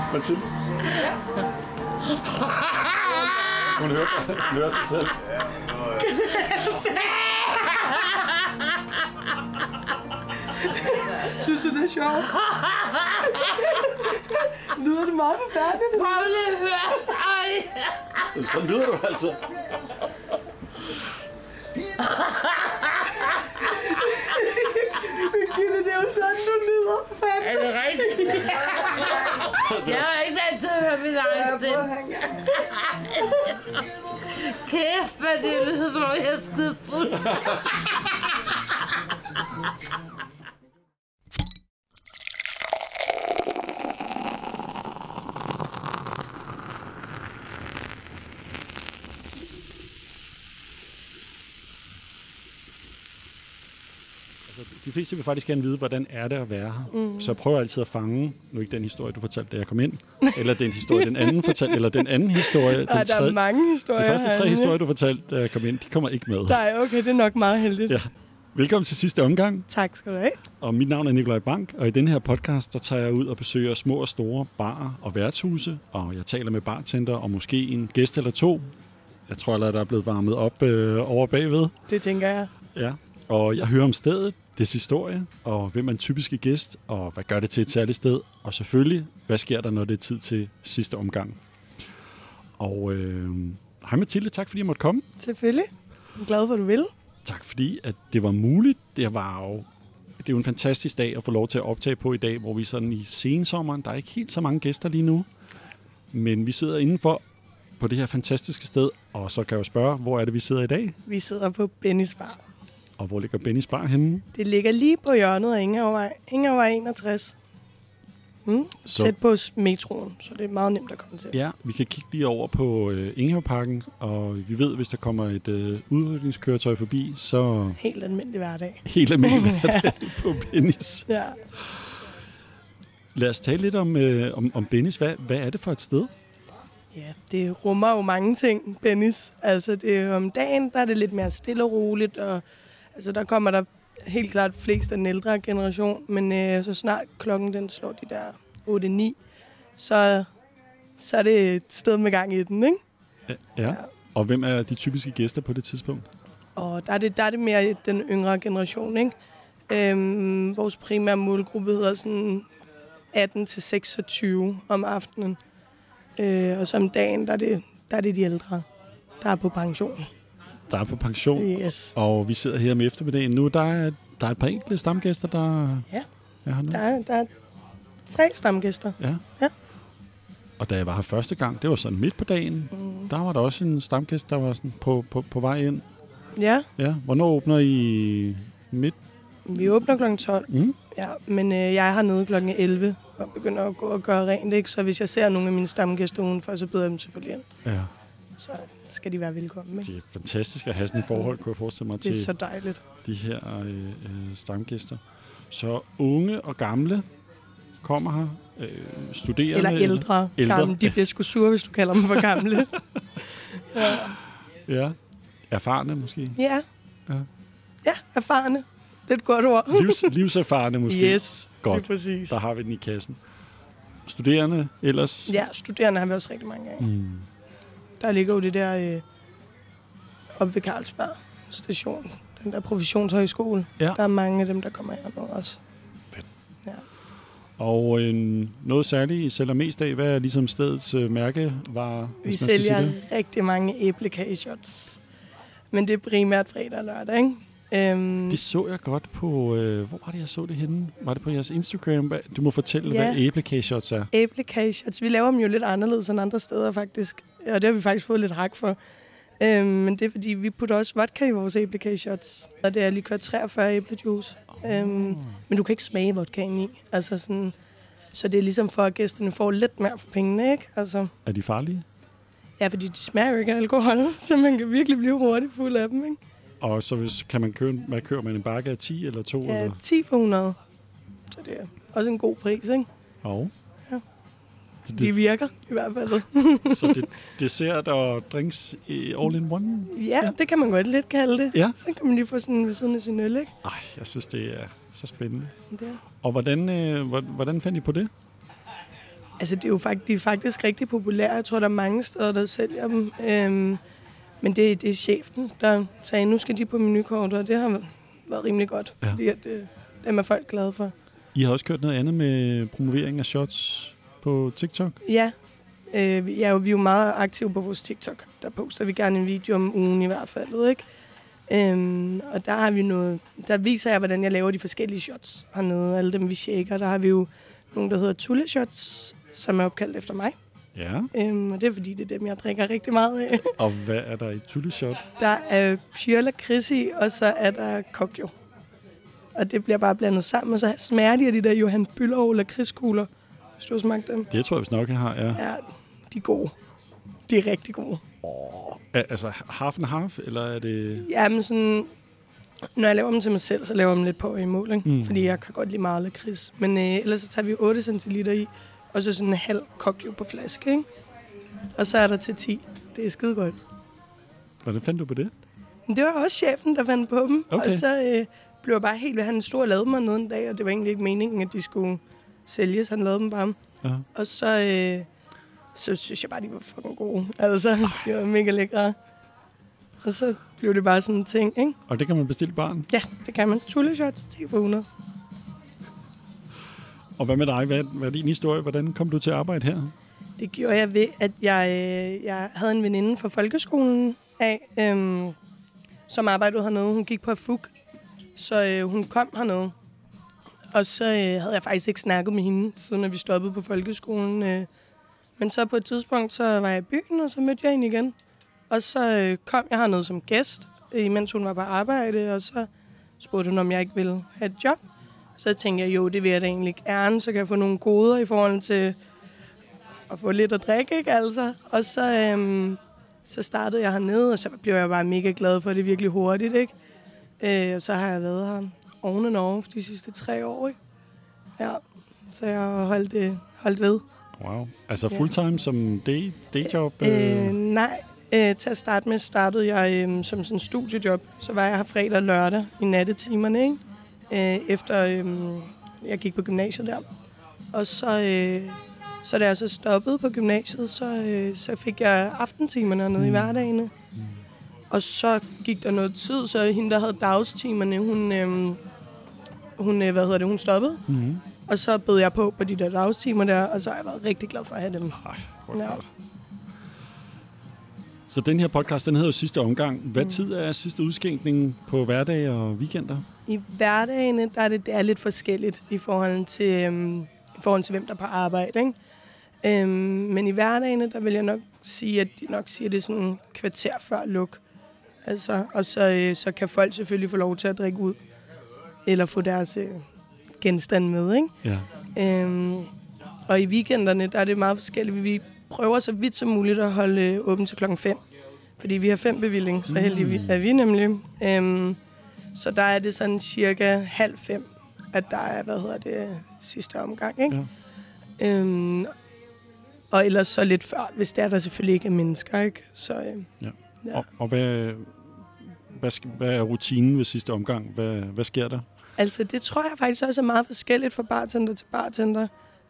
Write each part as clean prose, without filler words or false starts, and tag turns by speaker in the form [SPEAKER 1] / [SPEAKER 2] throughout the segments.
[SPEAKER 1] Mathilde? Hun hører sig selv.
[SPEAKER 2] Synes du, det er sjovt? Lyder det meget forfærdeligt?
[SPEAKER 3] Prøv lige at høre.
[SPEAKER 1] Så lyder du altså.
[SPEAKER 2] Birgitte, det er jo sådan, du lyder.
[SPEAKER 3] Er det rigtigt? Jeg har ikke vant til at høre min egen stemme. Kæft, men det lyder som om jeg er skide fuld.
[SPEAKER 1] De fleste vil faktisk gerne vide, hvordan er det at være her. Så jeg prøver altid at fange, nu ikke den historie, du fortalte, da jeg kom ind, eller den historie, den anden fortalte, eller den anden historie.
[SPEAKER 2] Der er mange historier.
[SPEAKER 1] De første 3 historier, du fortalte, da jeg kom ind, de kommer ikke med.
[SPEAKER 2] Nej, okay, det er nok meget heldigt.
[SPEAKER 1] Ja. Velkommen til sidste omgang.
[SPEAKER 2] Tak skal du have.
[SPEAKER 1] Og mit navn er Nikolaj Bank, og i denne her podcast, der tager jeg ud og besøger små og store barer og værtshuse, og jeg taler med bartender og måske en gæst eller 2. Jeg tror allerede, der er blevet varmet op over bagved.
[SPEAKER 2] Det tænker jeg.
[SPEAKER 1] Ja, og jeg hører om stedet, dets historie, og hvem er en typisk gæst, og hvad gør det til et særligt sted, og selvfølgelig, hvad sker der, når det er tid til sidste omgang. Og hej Mathilde, tak fordi jeg måtte komme.
[SPEAKER 2] Selvfølgelig. Jeg er glad for, at du vil.
[SPEAKER 1] Tak fordi, at det var muligt. Det er jo en fantastisk dag at få lov til at optage på i dag, hvor vi sådan i sensommeren, der er ikke helt så mange gæster lige nu, men vi sidder indenfor på det her fantastiske sted, og så kan jeg jo spørge, hvor er det, vi sidder i dag?
[SPEAKER 2] Vi sidder på Bennys Bar.
[SPEAKER 1] Og hvor ligger Bennys Bar henne?
[SPEAKER 2] Det ligger lige på hjørnet af Ingervej 61. Tæt på metroen, så det er meget nemt at komme til.
[SPEAKER 1] Ja, vi kan kigge lige over på Ingehaveparken, og vi ved, hvis der kommer et udrykningskøretøj forbi, så...
[SPEAKER 2] Helt almindelig hverdag.
[SPEAKER 1] Helt almindelig hverdag på Bennys.
[SPEAKER 2] Ja.
[SPEAKER 1] Lad os tale lidt om Bennys. Hvad er det for et sted?
[SPEAKER 2] Ja, det rummer jo mange ting, Bennys. Altså, om dagen, der er det lidt mere stille og roligt, og altså, der kommer der helt klart flest af den ældre generation, men så snart klokken den slår de der 8-9, så er det et sted med gang i den, ikke?
[SPEAKER 1] Ja. Og hvem er de typiske gæster på det tidspunkt?
[SPEAKER 2] Og der er det mere den yngre generation, ikke? Vores primære målgruppe hedder sådan 18-26 om aftenen. Og som dagen, der er det de ældre, der er på pension.
[SPEAKER 1] Der er på pension,
[SPEAKER 2] yes.
[SPEAKER 1] Og vi sidder her med eftermiddagen nu. Der er et par enkelte stamgæster, der er her nu.
[SPEAKER 2] Der er 3 stamgæster.
[SPEAKER 1] Ja. Og da jeg var her første gang, det var sådan midt på dagen, der var der også en stamgæst, der var sådan på vej ind.
[SPEAKER 2] Ja.
[SPEAKER 1] Ja. Hvornår åbner I midt?
[SPEAKER 2] Vi åbner kl. 12. Ja, men jeg er hernede kl. 11 og begynder at gå og gøre rent, ikke? Så hvis jeg ser nogle af mine stamgæster udenfor, så byder jeg dem selvfølgelig ind.
[SPEAKER 1] Ja.
[SPEAKER 2] Så skal de være velkommen, ikke?
[SPEAKER 1] Det er fantastisk at have sådan et forhold, kunne jeg forestille mig, til
[SPEAKER 2] det er så dejligt.
[SPEAKER 1] De her stamgæster. Så unge og gamle kommer her, studerende.
[SPEAKER 2] Eller ældre. Gamle. De bliver sgu sure, hvis du kalder dem for gamle.
[SPEAKER 1] Ja. Erfarne måske.
[SPEAKER 2] Ja, erfarne. Det er et godt ord.
[SPEAKER 1] Livserfarne måske.
[SPEAKER 2] Yes,
[SPEAKER 1] godt.
[SPEAKER 2] Præcis.
[SPEAKER 1] Der har vi den i kassen. Studerende ellers?
[SPEAKER 2] Ja, studerende har vi også rigtig mange af. Der ligger jo det der oppe ved Carlsberg station. Den der professionshøjskole. Ja. Der er mange af dem, der kommer her også.
[SPEAKER 1] Fedt.
[SPEAKER 2] Ja.
[SPEAKER 1] Og noget særligt, I sælger mest af, hvad er ligesom stedets mærkevare?
[SPEAKER 2] Vi sælger rigtig mange æblekageshots. Men det er primært fredag og lørdag, ikke?
[SPEAKER 1] Det så jeg godt på... hvor var det, jeg så det henne? Var det på jeres Instagram? Du må fortælle, hvad æblekageshots er.
[SPEAKER 2] Æblekageshots. Vi laver dem jo lidt anderledes end andre steder, faktisk. Og det har vi faktisk fået lidt hak for. Men det er, fordi vi putter også vodka i vores æblekageshots. Og det er lige kørt 43 æblejuice. Men du kan ikke smage vodkaen i. Altså sådan, så det er ligesom for, at gæsterne får lidt mere for pengene, ikke? Altså,
[SPEAKER 1] er de farlige?
[SPEAKER 2] Ja, fordi de smager jo ikke af alkohol, så man kan virkelig blive hurtigt fuld af dem, ikke?
[SPEAKER 1] Og så kan man kører man en bakke af 10 eller 2?
[SPEAKER 2] Ja,
[SPEAKER 1] eller?
[SPEAKER 2] 10 for 100. Så det er også en god pris, ikke?
[SPEAKER 1] Og?
[SPEAKER 2] Ja. De virker i hvert fald.
[SPEAKER 1] Så det dessert og drinks all in one?
[SPEAKER 2] Ja, det kan man godt lidt kalde det.
[SPEAKER 1] Ja.
[SPEAKER 2] Så kan man lige få sådan ved siden af sin øl, ikke?
[SPEAKER 1] Ej, jeg synes, det er så spændende.
[SPEAKER 2] Det er.
[SPEAKER 1] Og hvordan fandt I på det?
[SPEAKER 2] Altså, de er faktisk rigtig populære. Jeg tror, der er mange steder, der sælger dem. Men det er chefen, der sagde, nu skal de på menukortet, og det har været rimelig godt, fordi at, dem er folk glade for.
[SPEAKER 1] I har også kørt noget andet med promovering af shots på TikTok?
[SPEAKER 2] Ja, vi er jo meget aktive på vores TikTok. Der poster vi gerne en video om ugen i hvert fald, ikke? Og der har vi noget, der viser jeg, hvordan jeg laver de forskellige shots hernede. Alle dem, vi shaker. Der har vi jo nogle, der hedder Tulle Shots, som er opkaldt efter mig.
[SPEAKER 1] Ja.
[SPEAKER 2] Og det er fordi, det er dem, jeg drikker rigtig meget af.
[SPEAKER 1] Og hvad er der i Tulle Shot?
[SPEAKER 2] Der er pure lakrids i, og så er der kokjo. Og det bliver bare blandet sammen, og så smager de af de der Johan Bülow lakridskugler. Hvis du har smagt dem.
[SPEAKER 1] Det tror jeg vist nok, jeg har, ja.
[SPEAKER 2] Ja, de er gode. De er rigtig gode.
[SPEAKER 1] Altså half and half, eller er det...
[SPEAKER 2] Jamen sådan, når jeg laver dem til mig selv, så laver jeg dem lidt på i mål, ikke? Fordi jeg kan godt lide meget lakrids. Men ellers så tager vi 8 centiliter i, og så sådan en halv kokjo på flaske, ikke? Og så er der til 10. Det er skide godt.
[SPEAKER 1] Hvordan fandt du på det?
[SPEAKER 2] Det var også chefen, der fandt på dem.
[SPEAKER 1] Okay.
[SPEAKER 2] Og så blev jeg bare helt ved. Han stod og lavede mig noget en dag, og det var egentlig ikke meningen, at de skulle sælges. Han lavede dem bare.
[SPEAKER 1] Ja.
[SPEAKER 2] Og så synes jeg bare, de var fucking gode. Altså, de var mega lækre. Og så blev det bare sådan en ting, ikke?
[SPEAKER 1] Og det kan man bestille barn?
[SPEAKER 2] Ja, det kan man. Tulle Shots, 10 for 100.
[SPEAKER 1] Og hvad med dig? Hvad er din historie? Hvordan kom du til at arbejde her?
[SPEAKER 2] Det gjorde jeg ved, at jeg havde en veninde fra folkeskolen af, som arbejdede hernede. Hun gik på FUG, så hun kom hernede. Og så havde jeg faktisk ikke snakket med hende, siden vi stoppede på folkeskolen. Men så på et tidspunkt, så var jeg i byen, og så mødte jeg hende igen. Og så kom jeg hernede som gæst, imens hun var på arbejde, og så spurgte hun, om jeg ikke ville have et job. Så tænkte jeg, jo, det vil jeg da egentlig gerne, så kan jeg få nogle goder i forhold til at få lidt at drikke, ikke altså? Og så startede jeg hernede, og så blev jeg bare mega glad for det virkelig hurtigt, ikke? Og så har jeg været her on and off de sidste 3 år, ikke? Ja, så jeg har holdt ved.
[SPEAKER 1] Wow. Altså fulltime som dayjob?
[SPEAKER 2] Nej, til at starte med startede jeg som sådan studiejob. Så var jeg her fredag og lørdag i nattetimerne, ikke? Efter jeg gik på gymnasiet der. Og så da jeg så stoppede på gymnasiet, så fik jeg aftentimerne nede i hverdagene. Og så gik der noget tid, så hende, der havde dagstimerne, hun stoppede. Mm-hmm. Og så bød jeg på de der dagstimer der, og så har jeg været rigtig glad for at have dem. Ja.
[SPEAKER 1] Så den her podcast, den hedder jo Sidste Omgang. Hvad tid er sidste udskænkning på hverdage og weekender?
[SPEAKER 2] I hverdagene, der er det er lidt forskelligt i forhold til hvem der er på arbejde, ikke? Men i hverdagene, der vil jeg nok sige, at det er sådan en kvarter før luk. Altså, og så kan folk selvfølgelig få lov til at drikke ud. Eller få deres genstand med, ikke?
[SPEAKER 1] Ja.
[SPEAKER 2] Og i weekenderne, der er det meget forskelligt. Vi prøver så vidt som muligt at holde åbent til 5:00. Fordi vi har 5 bevilling, så heldige er vi nemlig. Så der er det sådan cirka 4:30, at der er, sidste omgang, ikke? Ja. Og ellers så lidt før, hvis der selvfølgelig ikke er mennesker, ikke? Så,
[SPEAKER 1] ja. Og hvad er rutinen ved sidste omgang? Hvad sker der?
[SPEAKER 2] Altså, det tror jeg faktisk også er meget forskelligt fra bartender til bartender.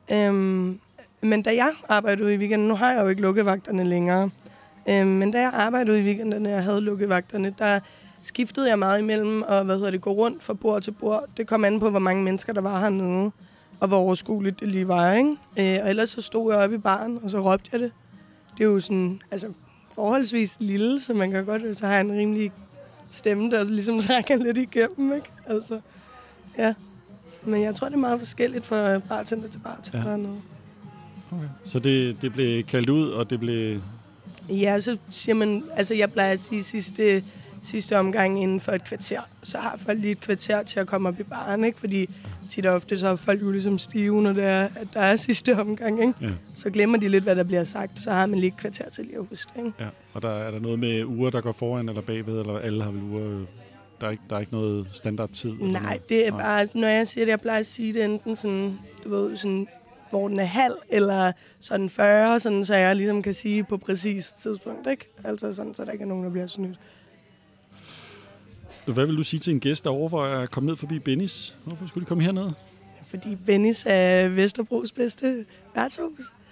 [SPEAKER 2] Men da jeg arbejdede i weekenden, nu har jeg jo ikke lukkevagterne længere, men da jeg arbejdede i weekenderne, og havde lukkevagterne, der skiftede jeg meget imellem at gå rundt fra bord til bord. Det kom an på, hvor mange mennesker der var hernede, og hvor overskueligt det lige var, ikke? Og ellers så stod jeg oppe i baren, og så råbte jeg det. Det er jo sådan, altså forholdsvis lille, så man kan godt, så har jeg en rimelig stemme, der ligesom trækker lidt igennem, ikke? Altså, ja. Men jeg tror, det er meget forskelligt fra bartender til bartender. Ja.
[SPEAKER 1] Okay. Så det blev kaldt ud, og det blev...
[SPEAKER 2] Ja, så siger man... Altså, jeg plejer at sige sidste omgang inden for et kvarter. Så har folk lige et kvarter til at komme op i baren, ikke? Fordi tit og ofte, så er folk jo ligesom stive, når der er sidste omgang, ikke? Ja. Så glemmer de lidt, hvad der bliver sagt. Så har man lige et kvarter til lige at huske, ikke?
[SPEAKER 1] Ja, og er der noget med uger, der går foran eller bagved, eller alle har vel uger... Der er ikke noget standardtid?
[SPEAKER 2] Nej, det er bare... Når jeg siger det, jeg plejer at sige det enten sådan... Du ved, sådan... hvor den er halv, eller sådan 40, sådan, så jeg ligesom kan sige på præcis tidspunkt, ikke? Altså sådan, så der ikke er nogen, der bliver snydt.
[SPEAKER 1] Hvad vil du sige til en gæst, der overvejer at komme ned forbi Bennys? Hvorfor skulle de komme herned?
[SPEAKER 2] Fordi Bennys er Vesterbros bedste værtshus.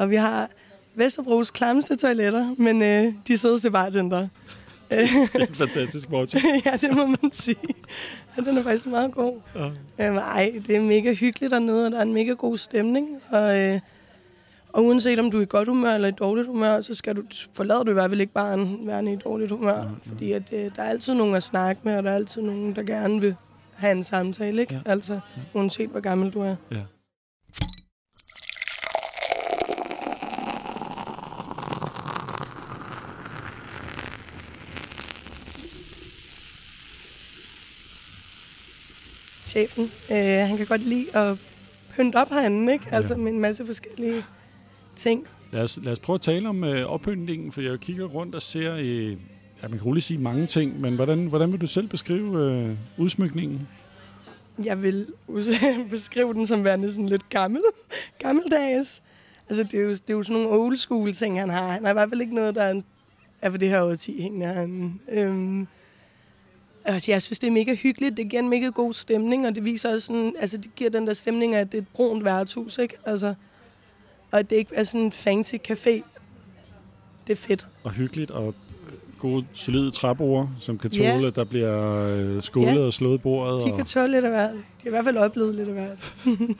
[SPEAKER 2] Og vi har Vesterbros klammeste toiletter, men de sødeste bartender.
[SPEAKER 1] Det er en fantastisk motto.
[SPEAKER 2] Ja, det må man sige. Ja, den er faktisk meget god. Det er mega hyggeligt dernede, og der er en mega god stemning. Og uanset om du er i godt humør eller i dårligt humør, så forlader du i hvert fald ikke bare være i dårligt humør. Fordi at, der er altid nogen at snakke med, og der er altid nogen, der gerne vil have en samtale, ikke? Ja. Altså, uanset hvor gammel du er.
[SPEAKER 1] Ja.
[SPEAKER 2] Chefen, han kan godt lide at pynte op herinde, ikke? Altså med en masse forskellige ting.
[SPEAKER 1] Lad os prøve at tale om oppyntningen, for jeg kigger rundt og ser, man kan roligt sige mange ting, men hvordan vil du selv beskrive udsmykningen?
[SPEAKER 2] Jeg vil beskrive den som værende sådan lidt gammeldags. Altså, det er jo sådan nogle old school ting, han har. Han har i hvert fald ikke noget, der er for det her årti hængende herinde. Jeg synes, det er mega hyggeligt. Det giver en mega god stemning, og det viser også sådan, altså det giver den der stemning af, at det er et brunt værtshus, ikke? Altså, og at det ikke er sådan en fancy café. Det er fedt.
[SPEAKER 1] Og hyggeligt, og gode, solide træbord, som kan tåle, at der bliver skålet og slået bordet.
[SPEAKER 2] De kan tåle lidt af hvert. De har i hvert fald oplevet lidt af hvert.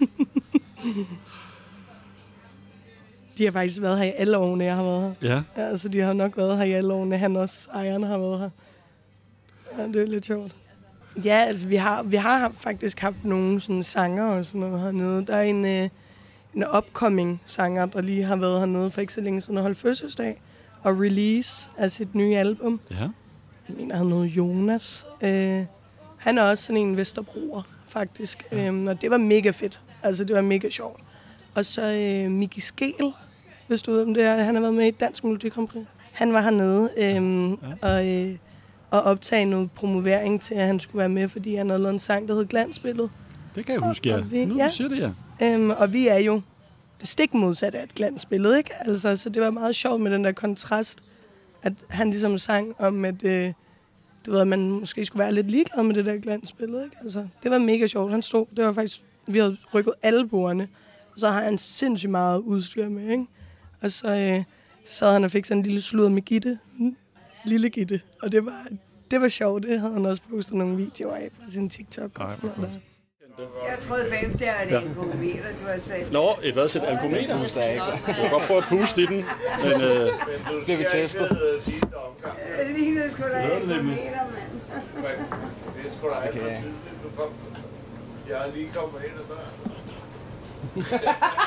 [SPEAKER 2] De har faktisk været her i alle årene, jeg har været her.
[SPEAKER 1] Ja.
[SPEAKER 2] Altså, de har nok været her i alle årene. Ejerne har været her. Ja, det er lidt sjovt. Ja, altså vi har faktisk haft nogle sådan sanger og sådan noget hernede. Der er en upcoming sanger, der lige har været hernede for ikke så længe siden og holdt fødselsdag og release af sit nye album.
[SPEAKER 1] Ja.
[SPEAKER 2] Jeg mener, han hedder Jonas. Han er også sådan en Vesterbroer, faktisk. Og det var mega fedt. Altså, det var mega sjovt. Og så Miki Skel, hvis du ved om det er. Han har været med i Dansk Melodi Grand Prix. Han var hernede og optage noget promovering til, at han skulle være med, fordi han havde lavet en sang, der hed Glansbillede.
[SPEAKER 1] Det kan jeg huske, ja. Nu du siger det, ja.
[SPEAKER 2] Og vi er jo det stik modsatte af et glansbillede, ikke? Altså, så det var meget sjovt med den der kontrast, at han ligesom sang om, at du ved, at man måske skulle være lidt ligeglad med det der glansbillede, ikke? Altså, det var mega sjovt. Han stod, det var faktisk, vi havde rykket alle bordene, og så har han sindssygt meget udstyr med, ikke? Og så sad han og fik sådan en lille sludder med Gitte, lille Gitte, og det var sjovt. Det havde han også postet nogle videoer af på sin TikTok og sådan noget der.
[SPEAKER 3] Jeg troede bagefter, det er et alkometer, du har sagt.
[SPEAKER 1] Nå, et hvad? Et alkometer? Jeg kan godt prøve at puste i den, men det vi tester.
[SPEAKER 3] Det lignede sgu da et alkometer, mand.
[SPEAKER 4] Det er sgu da alt for tidligt, du kom. Jeg er lige kommet ind ad døren.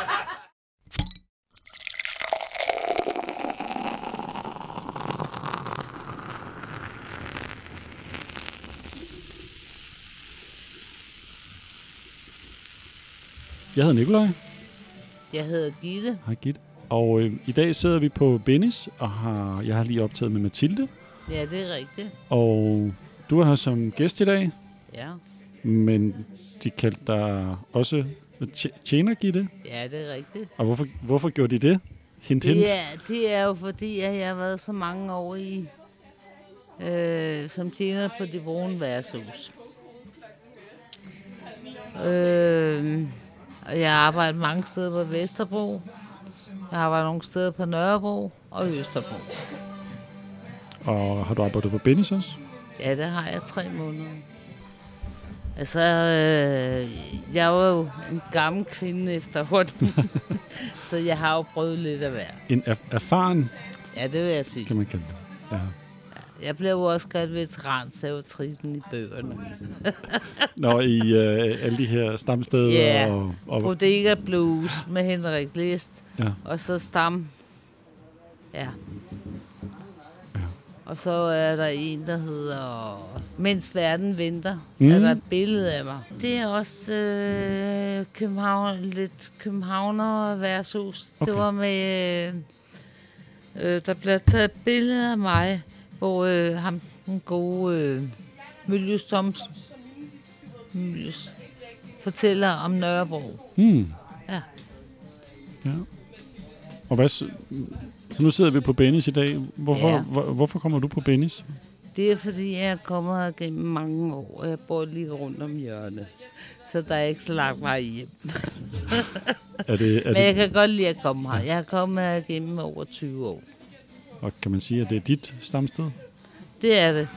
[SPEAKER 1] Jeg hedder Nikolaj.
[SPEAKER 5] Jeg hedder Gitte.
[SPEAKER 1] Hej Gitte. Og i dag sidder vi på Bennis, og jeg har lige optaget med Mathilde.
[SPEAKER 5] Ja, det er rigtigt.
[SPEAKER 1] Og du er her som gæst i dag.
[SPEAKER 5] Ja.
[SPEAKER 1] Men de kaldte dig også tjener, Gitte.
[SPEAKER 5] Ja, det er rigtigt.
[SPEAKER 1] Og hvorfor gjorde de det? Hint.
[SPEAKER 5] Det er jo fordi, at jeg har været så mange år som tjener på det brune værtshus. Og jeg har arbejdet mange steder på Vesterbro. Jeg har arbejdet nogle steder på Nørrebro og Østerbro.
[SPEAKER 1] Og har du arbejdet på Bennis også?
[SPEAKER 5] Ja, det har jeg 3 måneder. Altså, jeg var jo en gammel kvinde efterhånden, så jeg har jo prøvet lidt af hver.
[SPEAKER 1] En erfaren?
[SPEAKER 5] Ja, det vil jeg sige.
[SPEAKER 1] Kan man kalde det. Ja.
[SPEAKER 5] Jeg blev jo også kaldt veteranservitrisen i bøgerne.
[SPEAKER 1] Når i alle de her stamsteder.
[SPEAKER 5] Ja,
[SPEAKER 1] og
[SPEAKER 5] Bodega Blues med Henrik List.
[SPEAKER 1] Ja.
[SPEAKER 5] Og så Stam. Ja. Og så er der en, der hedder Mens verden venter. Er der et billede af mig. Det er også Københavner værtshus. Okay. Det var med... der bliver taget et billede af mig, hvor den gode Møljes Thomsen fortæller om Nørrebro. Ja.
[SPEAKER 1] Og hvad så nu sidder vi på Bennis i dag. Hvorfor kommer du på Bennis?
[SPEAKER 5] Det er fordi, jeg er kommet her gennem mange år, og jeg bor lige rundt om hjørnet. Så der er ikke så langt vej hjem. Men jeg kan godt lide at komme her. Jeg har kommet her igennem over 20 år.
[SPEAKER 1] Og kan man sige, at det er dit stamsted?
[SPEAKER 5] Det er det.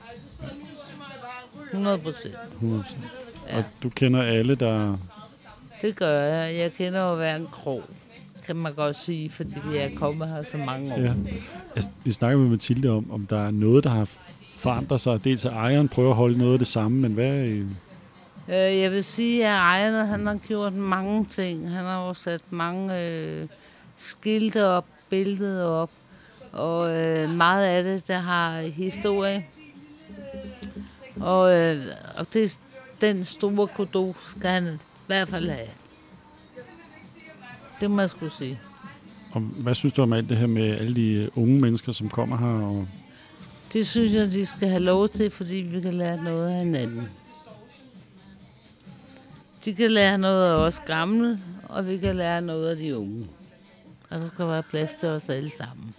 [SPEAKER 5] 100%.
[SPEAKER 1] 100%.
[SPEAKER 5] Ja.
[SPEAKER 1] Og du kender alle, der...
[SPEAKER 5] Det gør jeg. Jeg kender jo hver en krog, kan man godt sige, fordi vi er kommet her så mange år.
[SPEAKER 1] Ja. Vi snakker med Mathilde om der er noget, der har forandret sig. Dels at ejeren prøver at holde noget af det samme, men hvad...
[SPEAKER 5] Jeg vil sige, at ejeren han har gjort mange ting. Han har jo sat mange skilte op, billeder op, og meget af det, der har historie. Og det, den store kudo skal han i hvert fald have. Det må jeg skulle sige.
[SPEAKER 1] Og hvad synes du om alt det her med alle de unge mennesker, som kommer her? Og...
[SPEAKER 5] Det synes jeg, de skal have lov til, fordi vi kan lære noget af hinanden. De kan lære noget af os gamle, og vi kan lære noget af de unge. Og så skal der være plads til os alle sammen.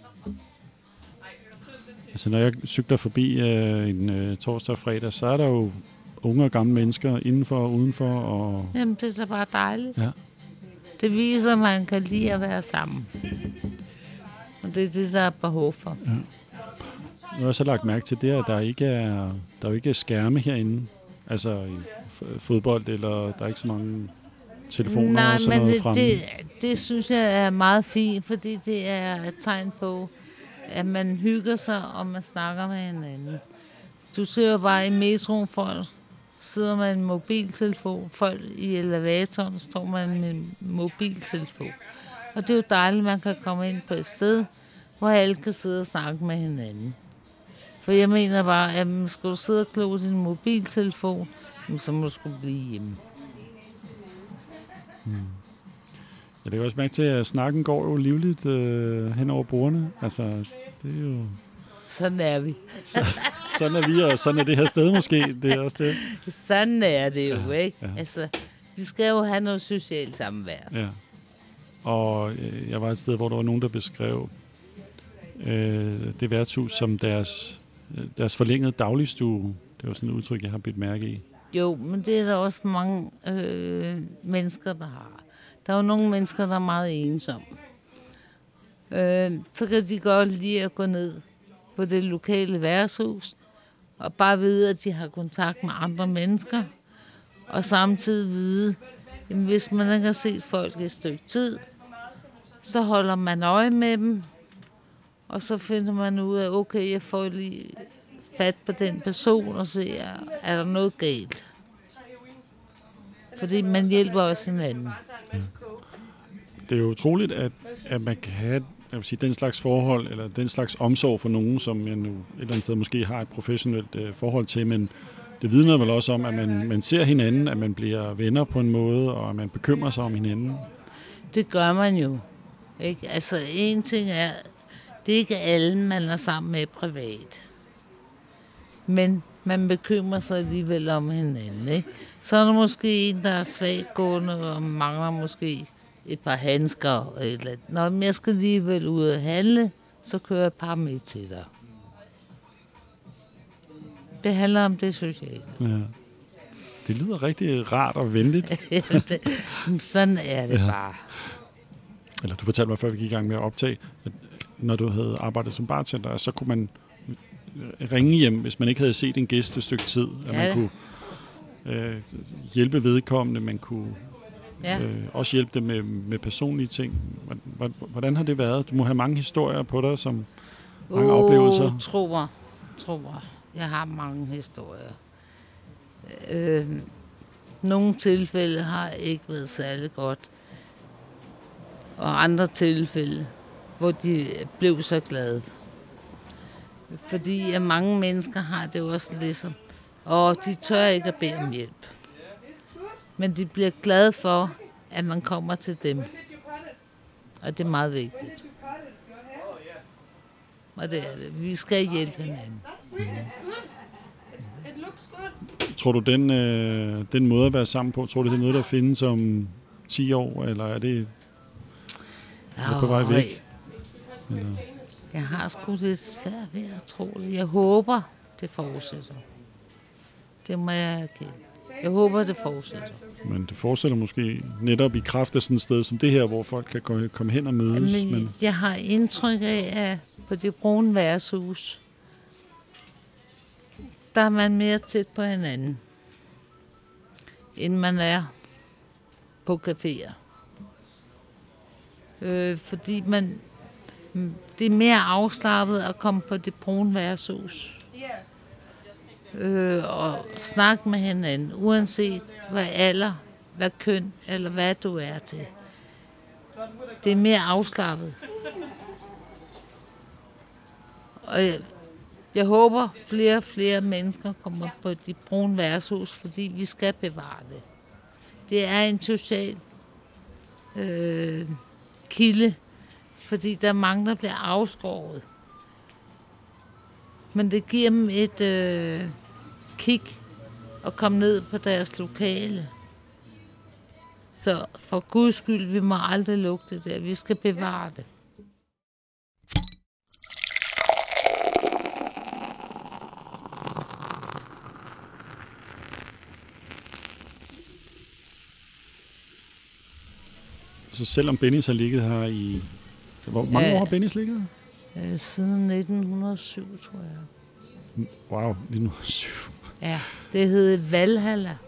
[SPEAKER 1] Altså når jeg cykler forbi en torsdag og fredag, så er der jo unge og gamle mennesker indenfor og udenfor. Og...
[SPEAKER 5] Jamen, det er da bare dejligt.
[SPEAKER 1] Ja.
[SPEAKER 5] Det viser, at man kan lide at være sammen. Og det er det, der er behov for.
[SPEAKER 1] Ja. Nu har jeg så lagt mærke til det, at der jo ikke er skærme herinde. Altså i fodbold, eller der er ikke så mange telefoner og sådan noget fremme.
[SPEAKER 5] Det synes jeg er meget fint, fordi det er et tegn på, at man hygger sig, og man snakker med hinanden. Du ser jo bare i metroen, folk sidder med en mobiltelefon, folk i elevatoren står med en mobiltelefon. Og det er jo dejligt, at man kan komme ind på et sted, hvor alle kan sidde og snakke med hinanden. For jeg mener bare, at skal du sidde og kloge din mobiltelefon, så må du skulle blive hjemme.
[SPEAKER 1] Jeg lægger også mærke til, at snakken går jo livligt hen over bordene. Altså, det er jo...
[SPEAKER 5] Sådan er vi.
[SPEAKER 1] Sådan er vi, og sådan er det her sted måske. Det er også det.
[SPEAKER 5] Sådan er det jo, ikke?
[SPEAKER 1] Ja.
[SPEAKER 5] Altså, vi skal jo have noget socialt samvær.
[SPEAKER 1] Ja. Og jeg var et sted, hvor der var nogen, der beskrev det værtshus som deres forlængede dagligstue. Det var sådan et udtryk, jeg har bidt mærke i.
[SPEAKER 5] Jo, men det er der også mange mennesker, der har. Der er jo nogle mennesker, der er meget ensomme. Så kan de godt lide at gå ned på det lokale værtshus og bare vide, at de har kontakt med andre mennesker. Og samtidig vide, at hvis man ikke har set folk et stykke tid, så holder man øje med dem. Og så finder man ud af, okay, jeg får lige fat på den person og ser, er der noget galt. Fordi man hjælper også hinanden.
[SPEAKER 1] Ja. Det er jo utroligt, at man kan have den slags forhold, eller den slags omsorg for nogen, som jeg nu et eller andet sted måske har et professionelt forhold til, men det vidner vel også om, at man ser hinanden, at man bliver venner på en måde, og at man bekymrer sig om hinanden.
[SPEAKER 5] Det gør man jo. Ikke? Altså, en ting er, det er ikke alle, man er sammen med privat. Men man bekymrer sig alligevel om hinanden. Ikke? Så er der måske en, der er svagt-gående, og mangler måske et par handsker. Eller når jeg skal alligevel ud og handle, så kører jeg et par med til dig. Det handler om det sociale.
[SPEAKER 1] Ja. Det lyder rigtig rart og venligt.
[SPEAKER 5] Sådan er det bare.
[SPEAKER 1] Eller du fortalte mig, før vi gik i gang med at optage, at når du havde arbejdet som bartender, så kunne man ringe hjem, hvis man ikke havde set en gæst et stykke tid. At man kunne hjælpe vedkommende, man kunne også hjælpe dem med personlige ting. Hvordan har det været? Du må have mange historier på dig, som mange oplevelser.
[SPEAKER 5] Tro mig. Jeg har mange historier. Nogle tilfælde har ikke været særlig godt. Og andre tilfælde, hvor de blev så glade. Fordi at mange mennesker har det også ligesom, og de tør ikke at bede om hjælp. Men de bliver glade for, at man kommer til dem. Og det er meget vigtigt. Og det er det. Vi skal hjælpe hinanden.
[SPEAKER 1] Tror du, den måde at være sammen på, tror du, det er noget, der findes om 10 år, eller er det på vej væk? Eller?
[SPEAKER 5] Jeg har sgu lidt svært ved at tro det. Jeg håber, det fortsætter. Det må jeg erkende. Jeg håber, det fortsætter.
[SPEAKER 1] Men det fortsætter måske netop i kraft af sådan et sted som det her, hvor folk kan komme hen og mødes.
[SPEAKER 5] Men jeg har indtryk af, at på det brune værtshus, der er man mere tæt på hinanden, end man er på caféer. Fordi det er mere afslappet at komme på det brune værtshus. Og snakke med hinanden, uanset hvad alder, hvad køn eller hvad du er til. Det er mere afslappet. Og jeg håber, flere og flere mennesker kommer på de brune værtshus, fordi vi skal bevare det. Det er en social kilde, fordi der er mange, der bliver afskåret. Men det giver dem et kig og komme ned på deres lokale. Så for Guds skyld, vi må aldrig lukke det der. Vi skal bevare det.
[SPEAKER 1] Så selvom Bennys har ligget her i... Hvor mange år har Bennys ligget her?
[SPEAKER 5] Siden 1907, tror jeg.
[SPEAKER 1] Wow, 1907.
[SPEAKER 5] Ja, det hed Valhalla.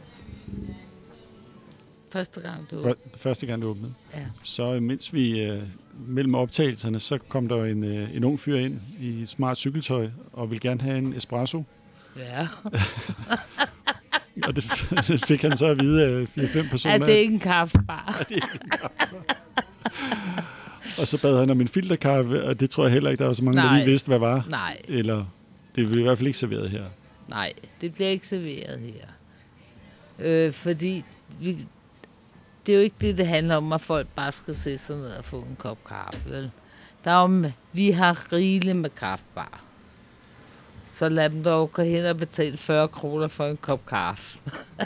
[SPEAKER 5] Første gang, det
[SPEAKER 1] åbnede.
[SPEAKER 5] Ja.
[SPEAKER 1] Så mens vi mellem optagelserne, så kom der en ung fyr ind i smart cykeltøj og ville gerne have en espresso.
[SPEAKER 5] Ja.
[SPEAKER 1] Og det fik han så at vide af 4-5 personer.
[SPEAKER 5] Ja, det er ikke en kaffebar.
[SPEAKER 1] Ja, det er ikke en kaffebar. Og så bad han om en filterkaffe, og det tror jeg heller ikke, der var så mange, der lige vidste, hvad var.
[SPEAKER 5] Nej.
[SPEAKER 1] Eller det blev i hvert fald ikke serveret her.
[SPEAKER 5] Nej, det bliver ikke serveret her. Fordi det er jo ikke det handler om, at folk bare skal se sådan ned og få en kop kaffe. Vel? Vi har rigeligt med kaffebar. Så lad dem dog gå hen og betale 40 kroner for en kop kaffe.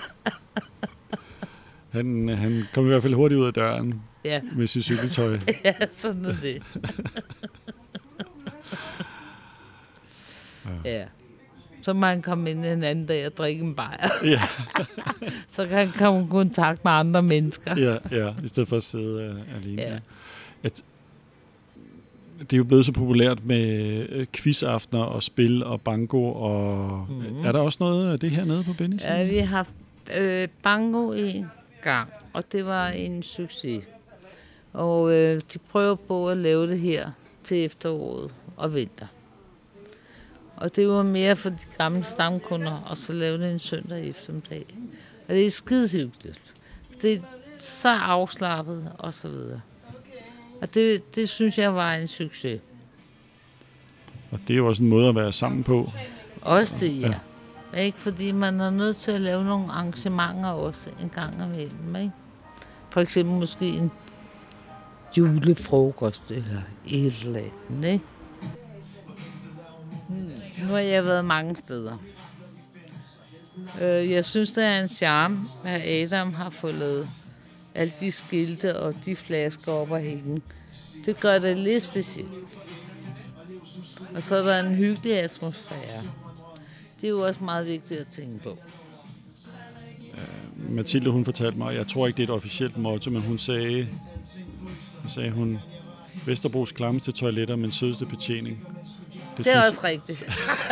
[SPEAKER 1] Han kom i hvert fald hurtigt ud af døren med sit cykeltøj.
[SPEAKER 5] Ja, sådan er det. Ja. Så må han komme ind en anden dag og drikke en bajer.
[SPEAKER 1] Ja.
[SPEAKER 5] Så kan han komme i kontakt med andre mennesker.
[SPEAKER 1] Ja, i stedet for at sidde alene. Ja. Det er jo blevet så populært med quizaftener og spil og bango. Og er der også noget af det her nede på Bennys?
[SPEAKER 5] Ja, vi har haft bango en gang, og det var en succes. Og de prøver på at lave det her til efteråret og vinter. Og det var mere for de gamle stamkunder, og så lave det en søndag eftermiddag. Og det er skidehyggeligt. Det er så afslappet, og så videre. Og det synes jeg var en succes.
[SPEAKER 1] Og det er jo også en måde at være sammen på.
[SPEAKER 5] Også det, ja. Ikke? Fordi man er nødt til at lave nogle arrangementer også en gang imellem. Ikke? For eksempel måske en julefrokost eller et eller andet. Ikke? Nu har jeg været mange steder. Jeg synes, det er en charme, at Adam har fået lavet alle de skilte og de flasker op at hænge. Det gør det lidt specielt. Og så er der en hyggelig atmosfære. Det er jo også meget vigtigt at tænke på.
[SPEAKER 1] Mathilde, hun fortalte mig, jeg tror ikke, det er et officielt motto, men hun sagde Vesterbros klammeste toiletter, men sødeste betjening.
[SPEAKER 5] Det er også rigtigt.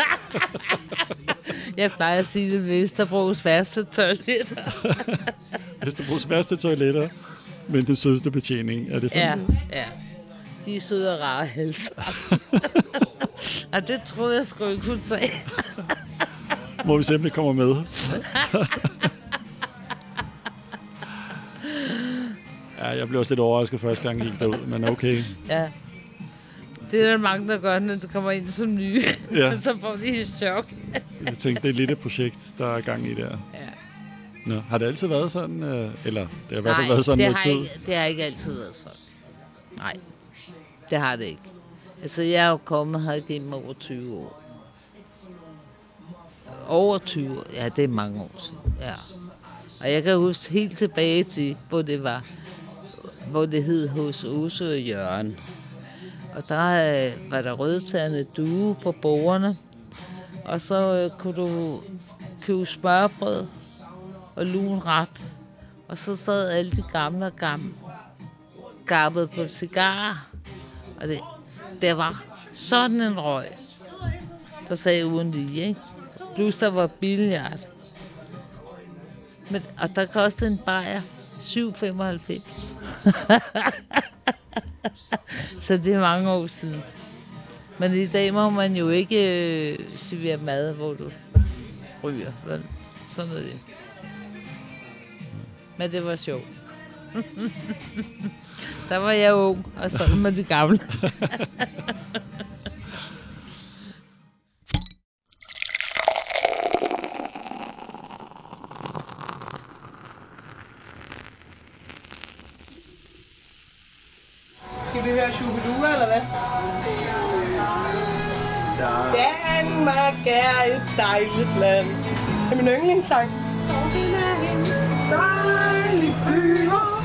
[SPEAKER 5] Jeg plejer at sige det Vesterbros værste toiletter.
[SPEAKER 1] Vesterbros værste toiletter, men den sødeste betjening. Er det sådan?
[SPEAKER 5] Ja. De er søde og rare helser. Og det troede jeg sgu ikke kunne sige.
[SPEAKER 1] Må vi simpelthen komme med. Ja, jeg blev også lidt overrasket første gang, jeg gik derud, men okay.
[SPEAKER 5] Ja. Det er der mange, der gør, når du kommer ind som nye. Ja. Så får de et chok.
[SPEAKER 1] Jeg tænkte, det er lidt et projekt, der er gang i der.
[SPEAKER 5] Ja.
[SPEAKER 1] Nå, har det altid været sådan? Eller det har i hvert fald været sådan noget tid?
[SPEAKER 5] Nej, det har ikke altid været sådan. Nej, det har det ikke. Altså, jeg er jo kommet her igennem over 20 år. Over 20 år? Ja, det er mange år siden. Ja. Og jeg kan huske helt tilbage til, hvor det hed hos Åse og Jørgen. Og der var der rødtærende due på bordene. Og så kunne du købe smørbrød og lun ret. Og så sad alle de gamle og gabbede på cigarer. Og det var sådan en røg, der sagde uden lige, ikke? Plus der var billiard. Og der kostede en bajer 7,95. Så det er mange år siden. Men i dag må man jo ikke servere mad, hvor du ryger. Vel? Sådan er det. Men det var sjovt. Der var jeg ung, og sådan med de gamle.
[SPEAKER 2] Skal vi høre Shubidua, eller hvad? Danmark er et dejligt land. Det er min yndlingssang. Skoven er en dejlig by.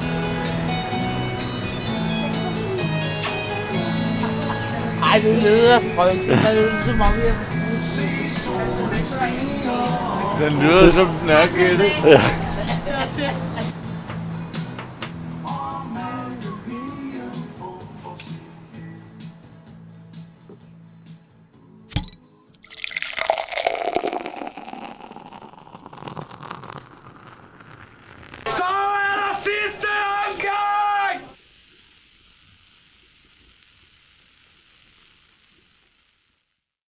[SPEAKER 5] Ej, det lyder frygteligt. Det lyder som om jeg...
[SPEAKER 4] Den lyder som den er, Gette.
[SPEAKER 2] Det er fedt.